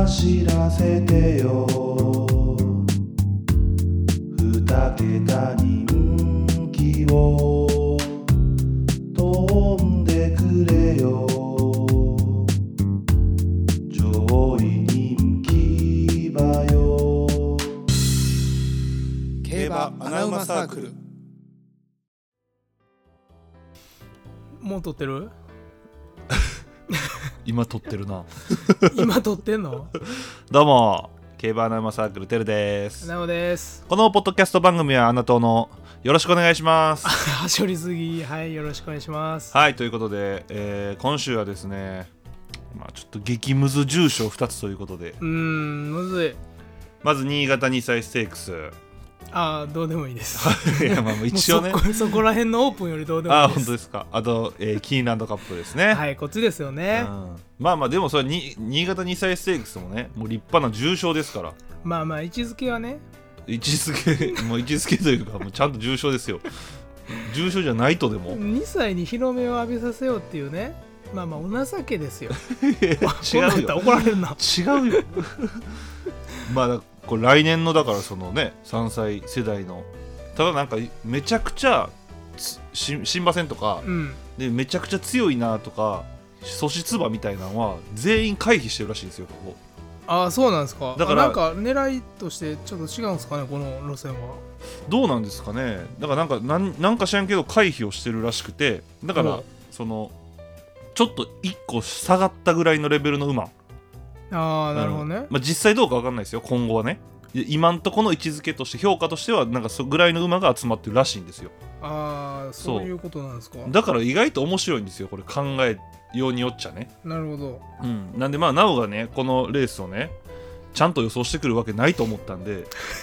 走らせてよ二桁人気を飛んでくれよ上位人気馬よ競馬アナウマサークル。 もう撮ってる？ 今撮ってるな今撮ってんの？ どうも競馬アナウマサークルてるです。 なおです。 このポッドキャスト番組はあなたのよろしくお願いしますはしょりすぎ。はい、よろしくお願いします。 はい、ということで、今週はですね、ちょっと激ムズ重賞2つということで、 むずい。 まず新潟2歳ステークスどうでもいいですいや、まあ一応ねそこら辺のオープンよりどうでもいいです。 本当ですか。あと、キーンランドカップですね。 はい、こっちですよね。 まあでもそれに新潟2歳ステークスもね、もう立派な重賞ですから。 まあ位置づけはね、 位置づけというかもうちゃんと重賞ですよ。重賞じゃないとでも 2歳に日の目を浴びさせようっていうね、お情けですよ違うよ、 怒られるな。 違うよこれ来年のだからそのね3歳世代の、ただなんかめちゃくちゃ新馬戦とか、でめちゃくちゃ強いなとか素質馬みたいなのは全員回避してるらしいんですよ、ここ。 そうなんですか。 だからなんか狙いとしてちょっと違うんですかね、この路線は。 どうなんですかね。だからなんか知らんけど回避をしてるらしくて、だからそのちょっと1個下がったぐらいのレベルの馬。 なるほどね。 実際どうか分かんないですよ、今後はね。今んとこの位置づけとして評価としてはなんかそぐらいの馬が集まってるらしいんですよ。 そういうことなんですか。 だから意外と面白いんですよ、これ考えようによっちゃね。 なるほど。 なんでなおがねこのレースをねちゃんと予想してくるわけないと思ったんで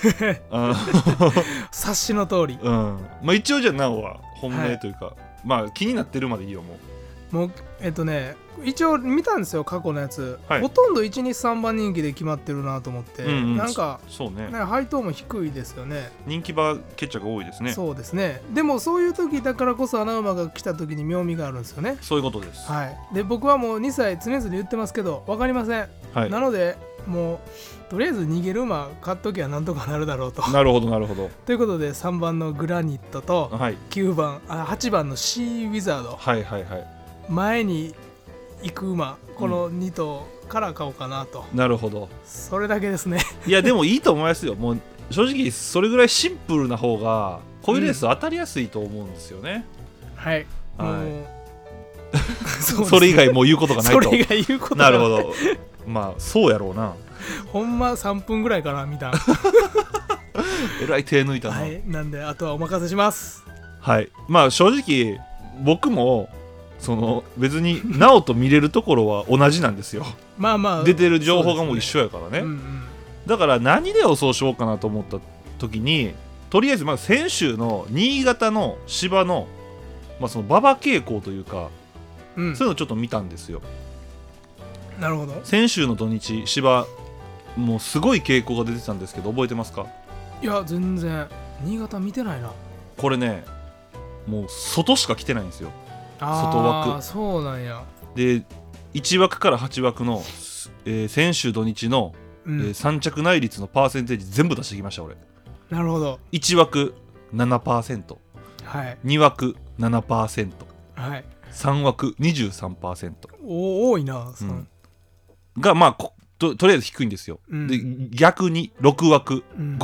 察しの通り。 一応じゃあなおは本命というか、気になってるまでいいよ。もう一応見たんですよ、過去のやつ、 はい、 ほとんど 1,2,3 番人気で決まってるなと思って、なんかそうね、 配当も低いですよね。 人気馬決着が多いですね。 そうですね。でもそういう時だからこそ穴馬が来た時に妙味があるんですよね。 そういうことです。 で僕はもう2歳常々言ってますけど分かりません、なのでもうとりあえず逃げる馬買っときゃなんとかなるだろうと。 なるほどなるほど。 ということで3番のグラニットと8番のシーウィザード、前に行く馬、この2頭から買おうかなと。 なるほど。 それだけですね。 いやでもいいと思いますよ。もう正直それぐらいシンプルな方がこういうレース当たりやすいと思うんですよね。それ以外もう言うことがないと。 それ以外言うことがない。なるほど。そうやろうな。 ほんま3分ぐらいかな見た。 えらい手抜いたな。 なんであとはお任せします。 正直僕もその別にナオと見れるところは同じなんですよ。出てる情報がもう一緒やからね。だから何で予想しようかなと思った時に、とりあえず先週の新潟の芝のその馬場傾向というか、そういうのをちょっと見たんですよ。 なるほど。 先週の土日芝もうすごい傾向が出てたんですけど覚えてますか？ いや全然新潟見てないな。 これねもう外しか来てないんですよ。外枠。 そうなんや。 で1枠から8枠の、先週土日の、3着内率のパーセンテージ全部出してきました俺。 なるほど。 1枠 7%、2枠 7%、3枠 23%、 多いな、 がとりあえず低いんですよ。で逆に6枠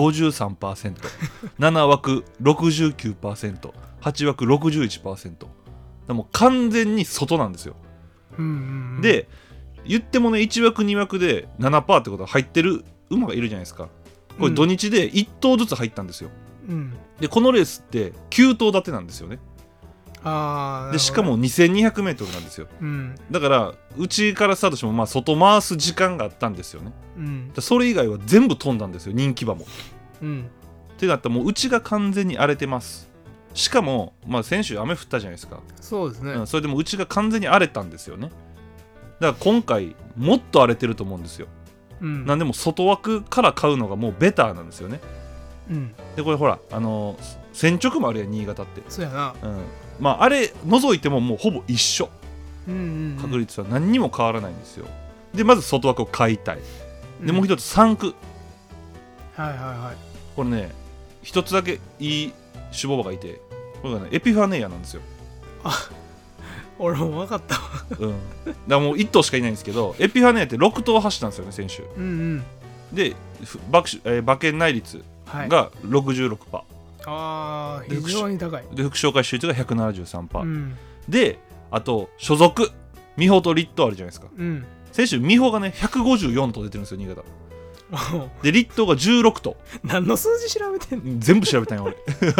53%、7枠 69%、8枠 61%。もう完全に外なんですよ。で言ってもね1枠2枠で 7% ってことは入ってる馬がいるじゃないですか。これ土日で1頭ずつ入ったんですよ。でこのレースって9頭立てなんですよね。でしかも 2200m なんですよ。だからうちからスタートしても外回す時間があったんですよね。それ以外は全部飛んだんですよ、人気馬も。ってなったらもううちが完全に荒れてます。しかも、先週雨降ったじゃないですか。 そうですね。 それでもうちが完全に荒れたんですよね。だから今回もっと荒れてると思うんですよ。なんでも外枠から買うのがもうベターなんですよね。でこれほら先直もあるやん新潟って。 そうやな。 あれ除いてももうほぼ一緒。確率は何にも変わらないんですよ。でまず外枠を買いたい。 でもう一つ3区、 はいはいはい。 これね一つだけいい種馬場がいて、これがねエピファネイアなんですよ。 俺も分かったわ。 だからもう1頭しかいないんですけど、エピファネイアって6頭走ったんですよね先週うんうんで、馬券内率が 66%、 ああ非常に高い。 で副賞回収率が 173%、 うんであと所属美穂と立東あるじゃないですか。 うん先週美穂がね154頭出てるんですよ新潟で。立東が16頭何の数字調べてんの。 全部調べたんよ俺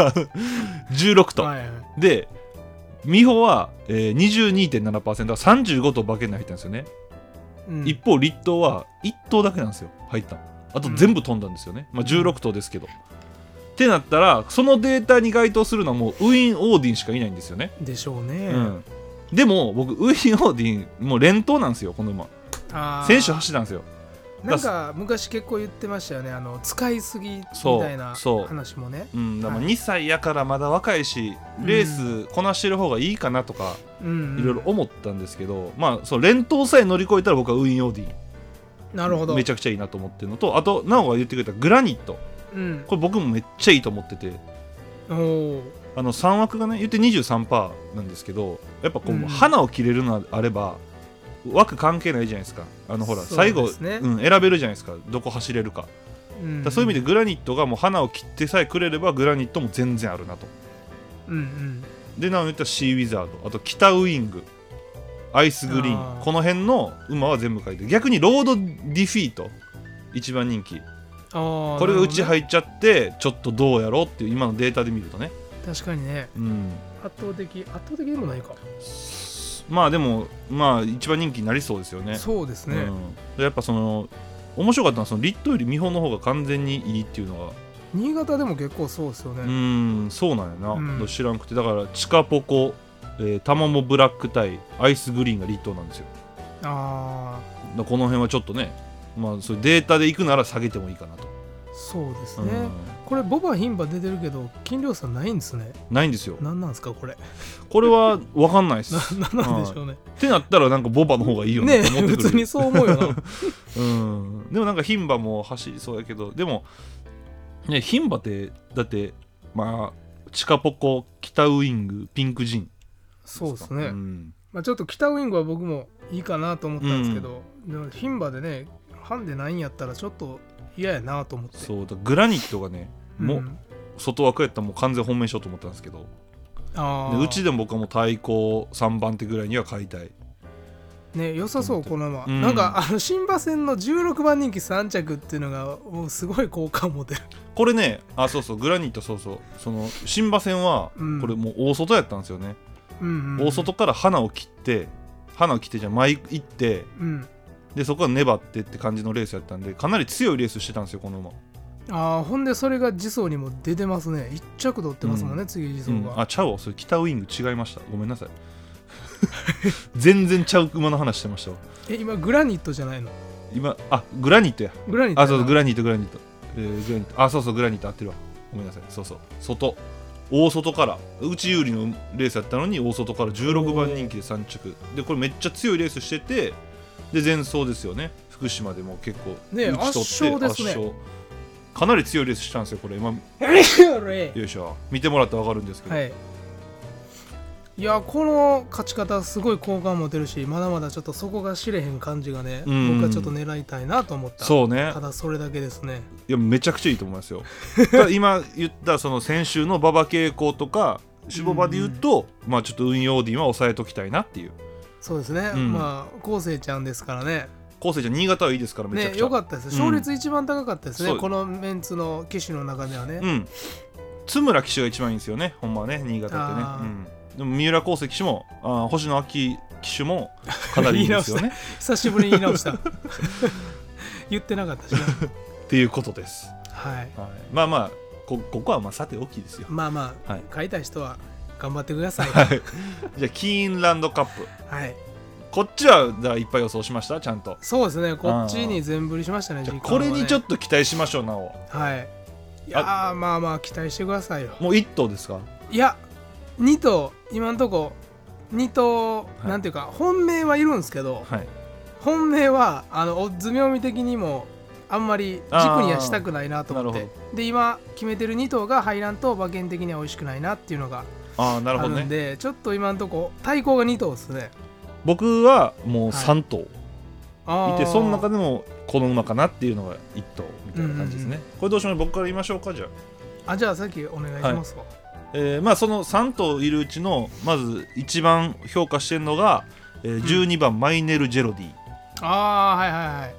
16頭、 はいはい、 で美穂は、22.7% は35頭馬券内入ったんですよね、 うん、 一方立東は1頭だけなんですよ入ったの。あと全部飛んだんですよね、まあ、16頭ですけど、ってなったらそのデータに該当するのはもうウィン・オーディンしかいないんですよね。 でしょうね、 でも僕ウィン・オーディンもう連投なんですよこの馬。選手走ったんですよ。 なんか昔結構言ってましたよね、使いすぎみたいな話もね。 だから2歳やからまだ若いしレースこなしてる方がいいかなとかいろいろ思ったんですけど、まあその連投さえ乗り越えたら僕はウィン・オーディンなるほどめちゃくちゃいいなと思ってるのと、あとナオが言ってくれたグラニット、これ僕もめっちゃいいと思ってて、3枠がね言って 23% なんですけど、やっぱこう、花を切れるのであれば枠関係ないじゃないですか。ほら最後、選べるじゃないですかどこ走れるか、だそういう意味でグラニットがもう花を切ってさえくれればグラニットも全然あるなと、でなお言ったらシーウィザード、あと北ウイング、アイスグリーン、この辺の馬は全部書いて、逆にロードディフィート一番人気、これがうち入っちゃってちょっとどうやろうっていう今のデータで見るとね。 確かにね、圧倒的でもないか。 まあでもまあ一番人気になりそうですよね。 そうですね、 やっぱその面白かったのはそのリットより美穂の方が完全にいいっていうのが新潟でも結構そうですよね。 そうなんやな、知らんくて。だからチカポコ、タマモブラック対アイスグリーンがリットなんですよ。だこの辺はちょっとね、まあそういうデータでいくなら下げてもいいかなと。 そうですね、これボバ牝馬出てるけど金量差ないんですね。 ないんですよ。 何なんですかこれ。 これは分かんないです何なんでしょうね。 ってなったらなんかボバの方がいいよねって思ってくる。 普通にそう思うよなでもなんか牝馬も走りそうやけど、でもね牝馬ってだってまあチカポコ、北ウイング、ピンクジン、 そうですね、まあ、ちょっと北ウイングは僕もいいかなと思ったんですけど、でも牝馬でねハンデないんやったらちょっと嫌やなと思って。 そうだ、グラニットがねもう外枠やったらもう完全本命しようと思ったんですけど、でうちでも僕はもう対抗3番手ぐらいには買いたいね。良さそうこの馬、なんか新馬戦の16番人気3着っていうのがもうすごい好感持てる。 これね、そうそうグラニット、そうそう、その新馬戦はこれもう大外やったんですよね、大外から花を切ってじゃ前行って、でそこは粘ってって感じのレースやったんで、かなり強いレースしてたんですよこの馬。 ほんでそれが次走にも出てますね。1着取ってますもんね、次次走が。 ちゃうわ、それ北ウイング違いました、ごめんなさい全然ちゃう馬の話してましたわ。 今グラニットじゃないの。 今グラニットや。 グラニット、 そうグラニット、グラニット、そうそうグラニット合ってるわ、ごめんなさい。そうそう大外から内有利のレースやったのに大外から16番人気で3着で、これめっちゃ強いレースしてて、で前走ですよね、福島でも結構ね圧勝ですね。 かなり強いレースしたんですよこれ。今よいしょ、見てもらったら分かるんですけど、いやこの勝ち方すごい好感持てるし、まだまだちょっとそこが知れへん感じがね、僕はちょっと狙いたいなと思った。 そうね、 ただそれだけですね。 いやめちゃくちゃいいと思いますよ今言ったその先週の馬場傾向とか種馬場で言うと、まあちょっと運用ディンは抑えときたいなっていう。 そうですね、まあ昴生ちゃんですからね。 昴生ちゃん新潟はいいですから、めちゃくちゃ良かったです。勝率一番高かったですね、このメンツの騎手の中ではね。 津村騎手が一番いいんですよね、ほんまはね、新潟ってね。でも三浦昴生騎手も星野秋騎手もかなりいいですよね久しぶりに言い直した言ってなかったしなっていうことです。まあまあここはまあさておきですよ。 まあまあ、買いたい人は頑張ってください。 じゃあキーンランドカップ、こっちはいっぱい予想しました。ちゃんとそうですね、こっちに全振りしましたね。 これにちょっと期待しましょう。なおいやまあまあ期待してくださいよ。 もう1頭ですか。 いや2頭、今んとこ2頭、なんていうか本命はいるんですけど、本命はオッズ妙味的にもあんまり軸にはしたくないなと思って、で今決めてる2頭が入らんと馬券的には美味しくないなっていうのがあるんで、ちょっと今のとこ対抗が2頭ですね。 僕はもう3頭いて、その中でもこの馬かなっていうのが1頭みたいな感じですね。これどうしましょう、僕から言いましょうか。じゃあさっきお願いしますか。 まあその3頭いるうちのまず一番評価してるのが、12番マイネル・ジェロディ。 はいはいはい。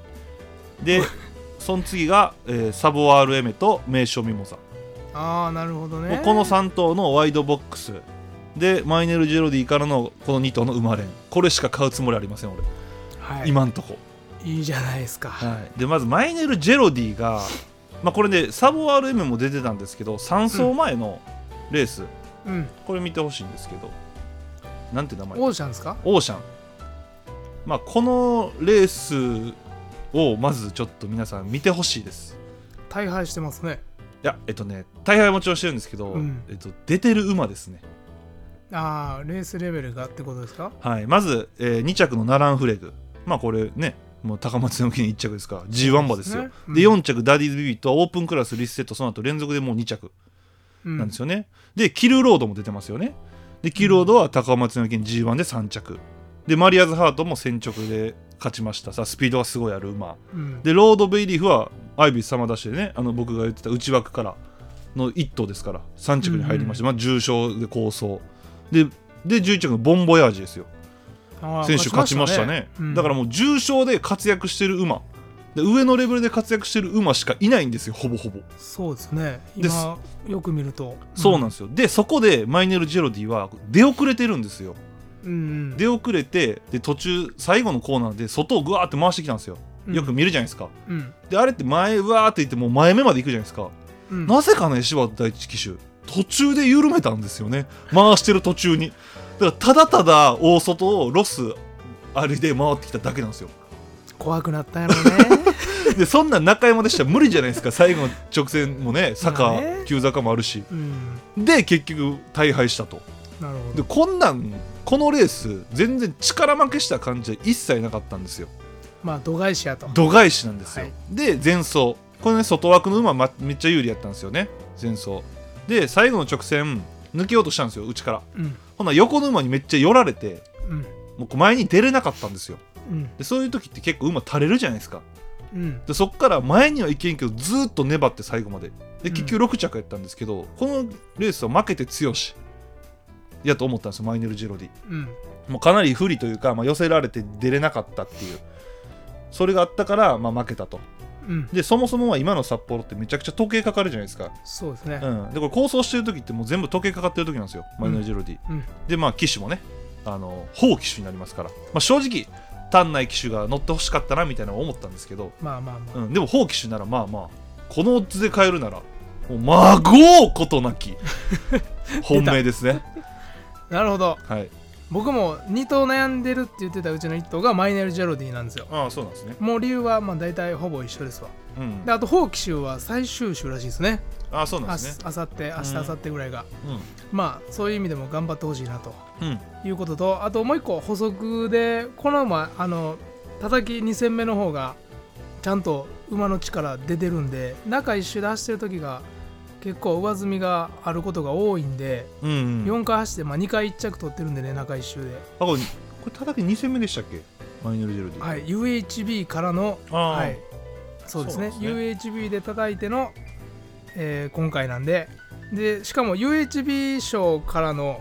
でその次が、サボワール・エメと名所ミモザ。 なるほどね。 この3頭のワイドボックスでマイネル・ジェロディからのこの2頭の馬連、これしか買うつもりありません俺、はい、今んとこいいじゃないですか、 はい、でまずマイネル・ジェロディが、まあ、これねサボワール・エメも出てたんですけど3走前のレース、これ見てほしいんですけど、なんて名前？ オーシャンですか？ オーシャン。まあこのレースをまずちょっと皆さん見てほしいです。 大敗してますね。 いや大敗もちろんしてるんですけど、出てる馬ですね。 レースレベルがってことですか？ はい。まず、2着のナランフレグ、まあこれねもう高松の記念1着ですから G1 馬ですよ。で4着ダディズビビットはオープンクラスリスセット、その後連続でもう2着なんですよね。でキルロードも出てますよね。でキルロードは高松の記念 G1 で3着で、マリアーズハートも先直で勝ちました。さあスピードがすごいある馬、でロードベイリーフはアイビスサマダッシュでね、僕が言ってた内枠からの1頭ですから3着に入りました。まあ、重賞で好走で11着のボンボヤージですよ。選手勝ちましたね。だからもう重賞で活躍してる馬で、上のレベルで活躍してる馬しかいないんですよ、ほぼほぼ。 そうですね、今よく見ると、 そうなんですよ。でそこでマイネル・ジェロディは出遅れてるんですよ。出遅れて、で途中最後のコーナーで外をグワーって回してきたんですよ。よく見るじゃないですか、であれって前うわーっていってもう前目まで行くじゃないですか、なぜかね柴田大地騎手途中で緩めたんですよね、回してる途中に。だからただただ大外をロスあれで回ってきただけなんですよ。 怖くなったんやろねでそんな中山でしたら無理じゃないですか。最後の直線もね坂、急坂もあるし、で結局大敗したと。 なるほど。 でこのレース全然力負けした感じは一切なかったんですよ。 まあ度外視やと。 度外視なんですよ、で前走これね外枠の馬、めっちゃ有利やったんですよね前走で、最後の直線抜けようとしたんですよ内から、ほな横の馬にめっちゃ寄られて、もう前に出れなかったんですよ、でそういう時って結構馬垂れるじゃないですか、でそっから前には行けんけどずっと粘って最後までで結局6着やったんですけど、このレースは負けて強しやと思ったんですよマイネル・ジェロディ、もうかなり不利というか、寄せられて出れなかったっていう、それがあったから、負けたと、でそもそもは今の札幌ってめちゃくちゃ時計かかるじゃないですか。 そうですね、 でこれ構想してる時ってもう全部時計かかってる時なんですよ、マイネル・ジェロディ、で騎手もね砲騎手になりますから、正直単内騎手が乗ってほしかったなみたいなの思ったんですけど、でも砲騎手ならこのオッズで買えるならもう孫うことなき本命ですねなるほど、 はい、 僕も2頭悩んでるって言ってたうちの1頭がマイネル・ジェロディなんですよ。 そうなんですね。 もう理由は大体ほぼ一緒ですわ、であと砲騎手は最終週らしいですね。 そうなんですね。 明日明後日ぐらいが、そういう意味でも頑張ってほしいなと、いうことと、あともう一個補足で、この馬叩き2戦目の方がちゃんと馬の力出てるんで、中一周で走ってる時が結構上積みがあることが多いんで、4回走って、2回1着取ってるんでね、中一周で。 これ叩き2戦目でしたっけ、マイネル・ジェロディ。 はい、UHB からの、そうですね、UHB で叩いての、今回なんで、しかも UHB 賞からの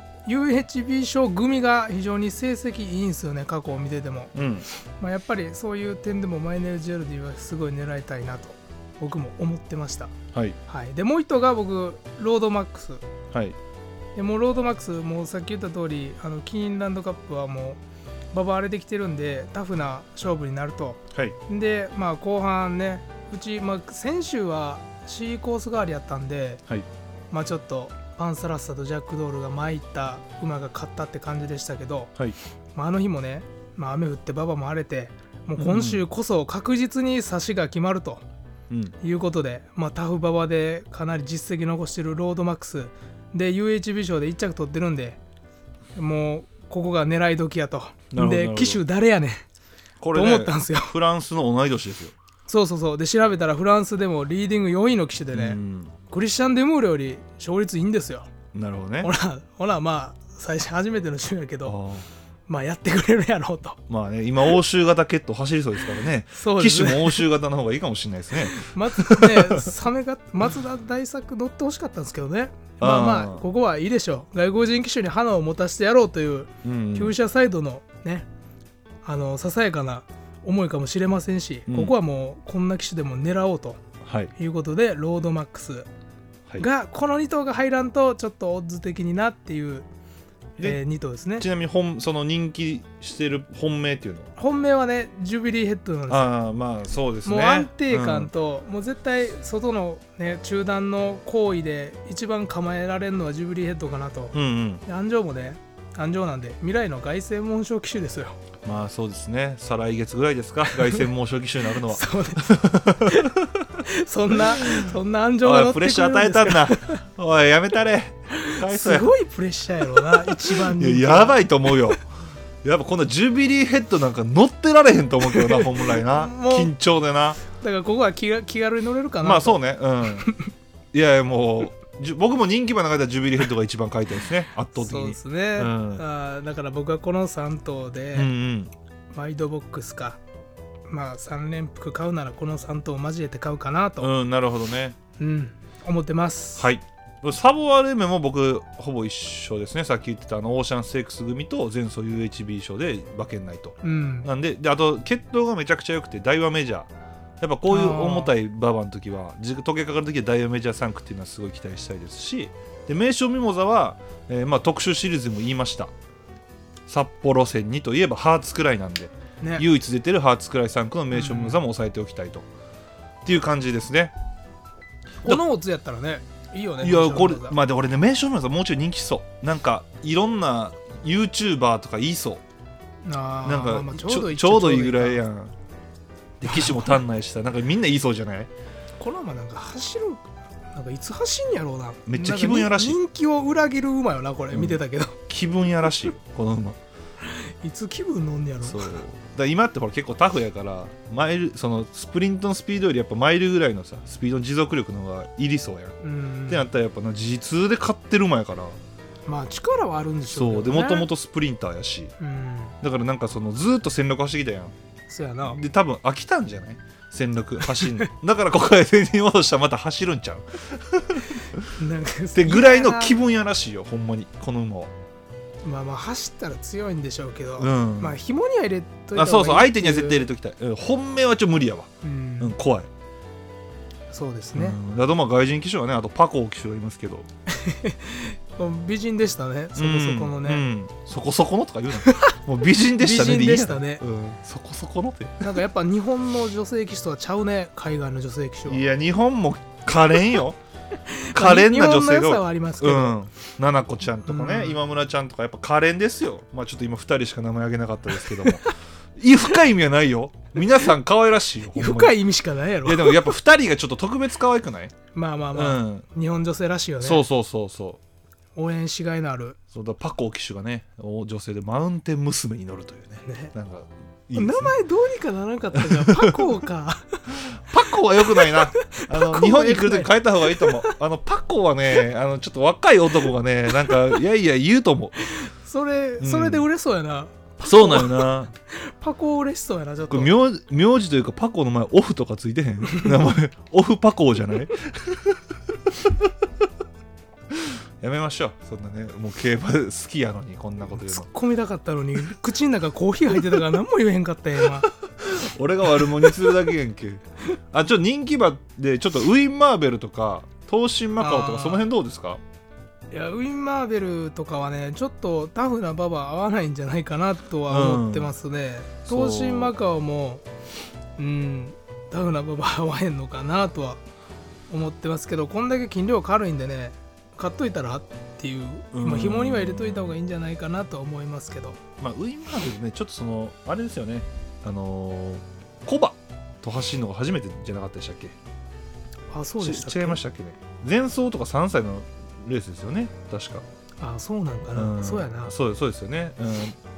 UHB 賞組が非常に成績いいんですよね、過去を見てても、やっぱりそういう点でもマイネル・ジェロディはすごい狙いたいなと僕も思ってました。でもう一頭が僕ロードマックス、でもうロードマックスもうさっき言った通りキーンランドカップはもう馬場荒れてきてるんでタフな勝負になると、で後半ねうち、先週は C コース代わりやったんで、ちょっとパンサラッサとジャックドールが参った馬が勝ったって感じでしたけど、あの日もね、雨降って馬場も荒れて、もう今週こそ確実に差しが決まると、いうことで、タフ馬場でかなり実績残してるロードマックスで UHB 賞で1着取ってるんで、もうここが狙い時やと。で騎手誰やねんこれ、ね、と思ったんですよ。 フランスの同い年ですよ。 そうで調べたらフランスでもリーディング4位の騎手でね、クリスチャン・デムールより勝率いいんですよ。 なるほどね。 ほらまあ最初初めての週やけどまあやってくれるやろうと。 まあね、今欧州型決闘走りそうですからね。 そうですね、 騎手も欧州型の方がいいかもしれないですね。 松田大作乗ってほしかったんですけどね。まあここはいいでしょう。外国人騎手に花を持たせてやろうという厩舎サイドのね、ささやかな思いかもしれませんし、ここはもうこんな騎手でも狙おうということで、ロードマックスがこの2頭が入らんとちょっとオッズ的になっていう2頭ですね。 ちなみにその人気してる本命っていうのは、 本命はねジュビリーヘッドなんですよ。 まあそうですね。 もう安定感と、もう絶対外の、ね、中段の行為で一番構えられるのはジュビリーヘッドかなと。安城もね、安城なんで未来の凱旋門賞騎手ですよ。 まあそうですね。再来月ぐらいですか、凱旋門賞騎手になるのは。 そうですそんな安城が乗ってくるんですか。 おいプレッシャー与えたんだおいやめたれ。 すごいプレッシャーやろな一番に。 やばいと思うよ。やっぱこのジュビリーヘッドなんか乗ってられへんと思うけどな本来な。緊張でな。 だからここは気軽に乗れるかな。 まあそうね。いやもう僕も人気馬の中ではジュビリーヘッドが一番書いてるんですね、圧倒的に。 そうですね、だから僕はこの3頭で、ワイドボックスか、まあ3連複買うならこの3頭を交えて買うかなと、 なるほどね、 思ってます。 はい。サボアレメも僕ほぼ一緒ですね。さっき言ってたオーシャンステークス組と前走 UHB 賞で馬券ないと、なんであと血統がめちゃくちゃ良くてダイワメジャー、やっぱこういう重たい馬場の時は時計かかる時はダイヤメジャー3区っていうのはすごい期待したいですし、で名将ミモザは、特集シリーズでも言いました、札幌戦にといえばハーツくらいなんで、唯一出てるハーツくらい3区の名将ミモザも抑えておきたいと、っていう感じですね。 このオッズやったらねいいよね。 いやこれまあで俺ね、名将ミモザもうちょい人気しそう、なんかいろんな YouTuber とか言いそう、なんかちょうどいいぐらいやん。騎手も足んないしさ、なんかみんな言いそうじゃない？ この馬なんか走る、なんかいつ走んやろうな。 めっちゃ気分やらしい。 人気を裏切る馬よなこれ、見てたけど。 気分やらしいこの馬。 いつ気分飲んやろう。 そう。だ今ってほら結構タフやからマイル、そのスプリントのスピードよりやっぱマイルぐらいのさスピードの持続力の方がいりそうやん。ってなったらやっぱG2で勝ってる馬やから。 まあ力はあるんでしょうけどね。 そうでもともとスプリンターやし、だからなんかそのずっと戦力走ってきたやん。 そうやな。 で多分飽きたんじゃない？戦力走んのだからここで全然戻したらまた走るんちゃうなんかってぐらいの気分やらしいよほんまにこの馬は。 まあ走ったら強いんでしょうけど、 まあ紐には入れといた方がいい。 そう相手には絶対入れときたい、本命はちょっと無理やわ、怖い。 そうですね。 あとまあ外人騎手はね、あとパコー騎手がいますけど美人でしたね、そこそこのね、 そこそこのとか言うのもう美人でしたね。 美人でしたね、 そこそこのってなんかやっぱ日本の女性騎手とはちゃうね、海外の女性騎手は。 いや日本も可憐よ可憐な女性が、 日本の良さはありますけど、 ななこちゃんとかね、今村ちゃんとかやっぱ可憐ですよ。まあちょっと今2人しか名前挙げなかったですけども深い意味はないよ、皆さん可愛らしいよ。 深い意味しかないやろ。 いやでもやっぱ2人がちょっと特別可愛くない？ まあ、日本女性らしいよね。 そう応援しがいのある。 そうだ、パコ騎手がね女性でマウンテン娘に乗るというね、なんかいいですね。 名前どうにかならなかったじゃんパコかパコはよくないな日本に来るとき変えた方がいいと思う。パコはねちょっと若い男がねなんかいやいや言うと思う。 それで売れそうやな。 そうなんよなパコ嬉しそうやな。ちょっと名字というかパコの前オフとかついてへん名前オフパコじゃないやめましょうそんなね、もう競馬好きやのにこんなこと言うの。 突っ込みたかったのに口の中コーヒー入ってたから何も言えへんかったんや今俺が悪者にするだけやんけちょっと人気馬でちょっとウィン・マーベルとか東進マカオとかその辺どうですか？ いやウィン・マーベルとかはねちょっとタフな馬場合わないんじゃないかなとは思ってますね、東進マカオもタフな馬場合わへんのかなとは思ってますけど、こんだけ斤量軽いんでね買っといたらっていう、紐には入れといた方がいいんじゃないかなとは思いますけど、 まあウィン・マーベルねちょっとそのあれですよね、コバと走るのが初めてじゃなかったでしたっけ？ あ、そうでしたっけ？ 違いましたっけね。前走とか3歳のレースですよね確か。 あ、そうなんかな、そうやな。 そうですよね、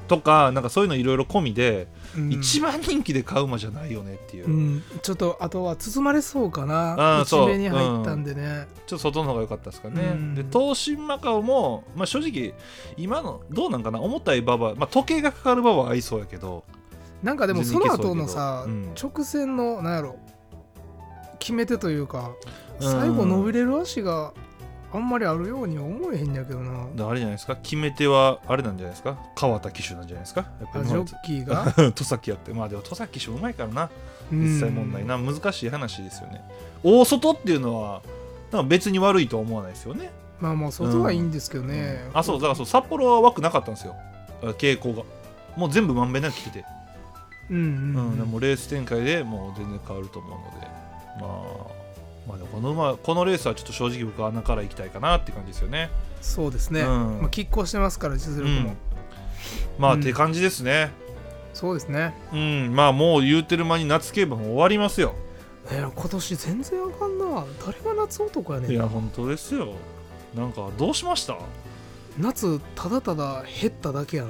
とかなんかそういうのいろいろ込みで、 一番人気で買う馬じゃないよねっていう、 ちょっとあとは包まれそうかな、内目に入ったんでね、 ちょっと外の方が良かったですかね、で東進マカオも、正直今のどうなんかな、重たい馬場、時計がかかる馬場は合いそうやけど、 なんかでもその後のさ、直線のなんやろ決め手というか、最後伸びれる足があんまりあるようには思えへんやけどな。 あれじゃないですか、決め手はあれなんじゃないですか、川田騎手なんじゃないですか、やっぱりジョッキーが戸崎やって、でも戸崎騎手うまいからな、実際問題な、難しい話ですよね。大外っていうのはなんか別に悪いとは思わないですよね。 まあ外はいいんですけどね、 そうだから札幌は枠なかったんですよ、傾向がもう全部まんべんなく来てて、でもレース展開でもう全然変わると思うので、でもこのレースはちょっと正直僕穴から行きたいかなって感じですよね。 そうですね、拮抗してますから実力も、 って感じですね。 そうですね。 もう言うてる間に夏競馬も終わりますよ。 今年全然あかんな。誰が夏男やねん。 いや本当ですよ。なんかどうしました？ 夏ただただ減っただけやな。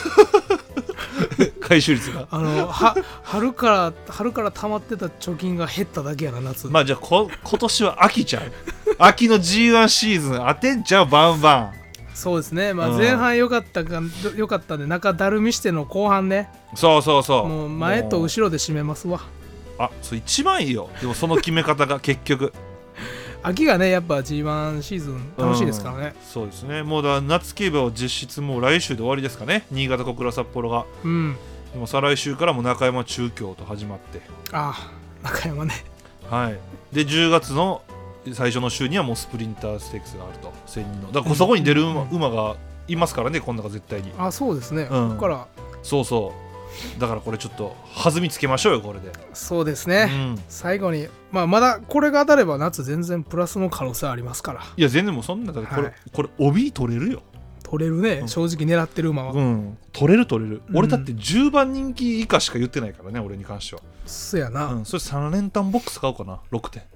回収率が春から溜まってた貯金が減っただけやな夏。 じゃあ今年は秋ちゃう秋の G1 シーズン当てんちゃうバンバン。 そうですね、前半良かったんで中だるみしての後半ね。 そうもう前と後ろで締めますわ。 それ一番いいよ。でもその決め方が結局秋がねやっぱ G1 シーズン楽しいですからね、 そうですね。もうだ夏競馬は実質もう来週で終わりですかね。新潟、小倉、札幌が、でも再来週からも中山、中京と始まって、 中山ね、 で10月の最初の週にはもうスプリンターステークスがあると、1000人のだからそこに出る馬がいますからね、こんなが絶対に。 そうですね、ここからだからこれちょっと弾みつけましょうよこれで。 そうですね、最後にまだこれが当たれば夏全然プラスの可能性ありますから。 いや全然もうそんなこれ帯取れるよ。 取れるね、正直狙ってる馬は、 取れる、俺だって10番人気以下しか言ってないからね、俺に関しては。 そやな、 それ3連単ボックス買おうかな、6点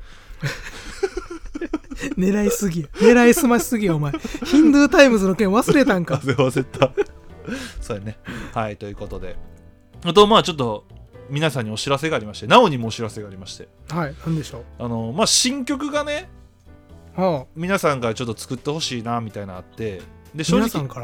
狙いすましすぎやお前。ヒンドゥータイムズの件忘れたんか。 忘れたそうやね。ということで、あとちょっと皆さんにお知らせがありまして、なおにもお知らせがありまして、 何でしょう。新曲がね、皆さんからちょっと作ってほしいなみたいなのあって、で正直皆さんから、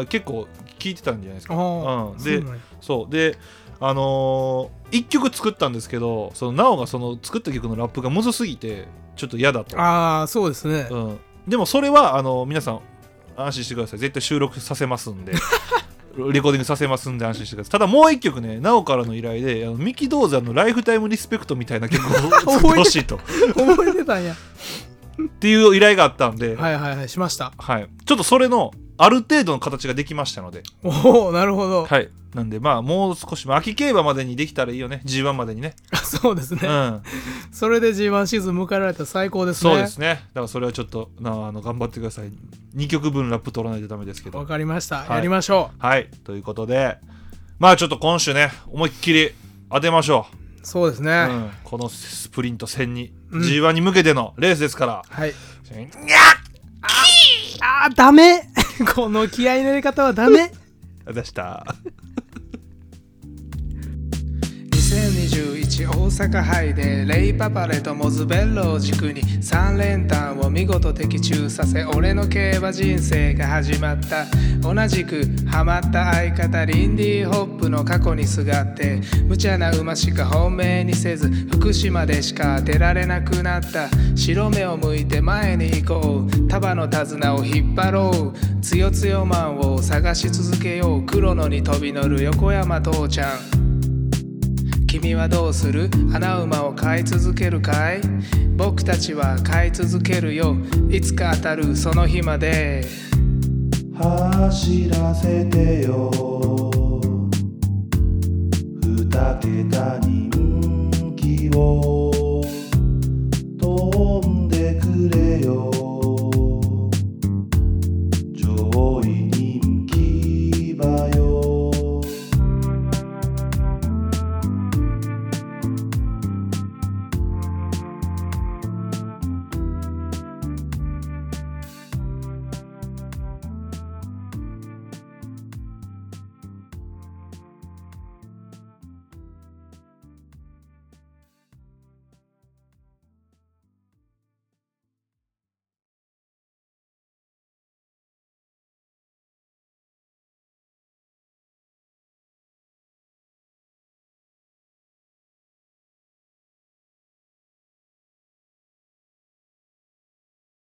結構聞いてたんじゃないですか。で1曲作ったんですけど、なおがその作った曲のラップがむずすぎてちょっと嫌だと。 そうですね、 でもそれは皆さん安心してください。絶対収録させますんでレコーディングさせますんで安心してください。ただもう一曲ね、なおからの依頼で三木道山のライフタイムリスペクトみたいな曲を作ってほしいと覚えてたんやっていう依頼があったんで、 しました。 ちょっとそれのある程度の形ができましたので。 なるほど。 なんでもう少し秋競馬までにできたらいいよね、 G1 までにね。 そうですね、それで G1 シーズン迎えられたら最高ですね。 そうですね。だからそれはちょっと頑張ってください。2曲分ラップ取らないとダメですけど。 わかりました、やりましょう。ということでちょっと今週ね思いっきり当てましょう。 そうですね、 このスプリント戦に、G1 に向けてのレースですから。 ダメこの気合いの入れ方はダメでした 2021大阪杯でレイパパレとモズベッロを軸に3連単を見事的中させ、俺の競馬人生が始まった。同じくハマった相方リンディホップの過去にすがって、無茶な馬しか本命にせず福島でしか当てられなくなった。白目を向いて前に行こう、束の手綱を引っ張ろう、つよつよマンを探し続けよう、黒野に飛び乗る横山父ちゃん。君はどうする？穴馬を飼い続けるかい？僕たちは飼い続けるよ、いつか当たるその日まで。 走らせてよ2桁に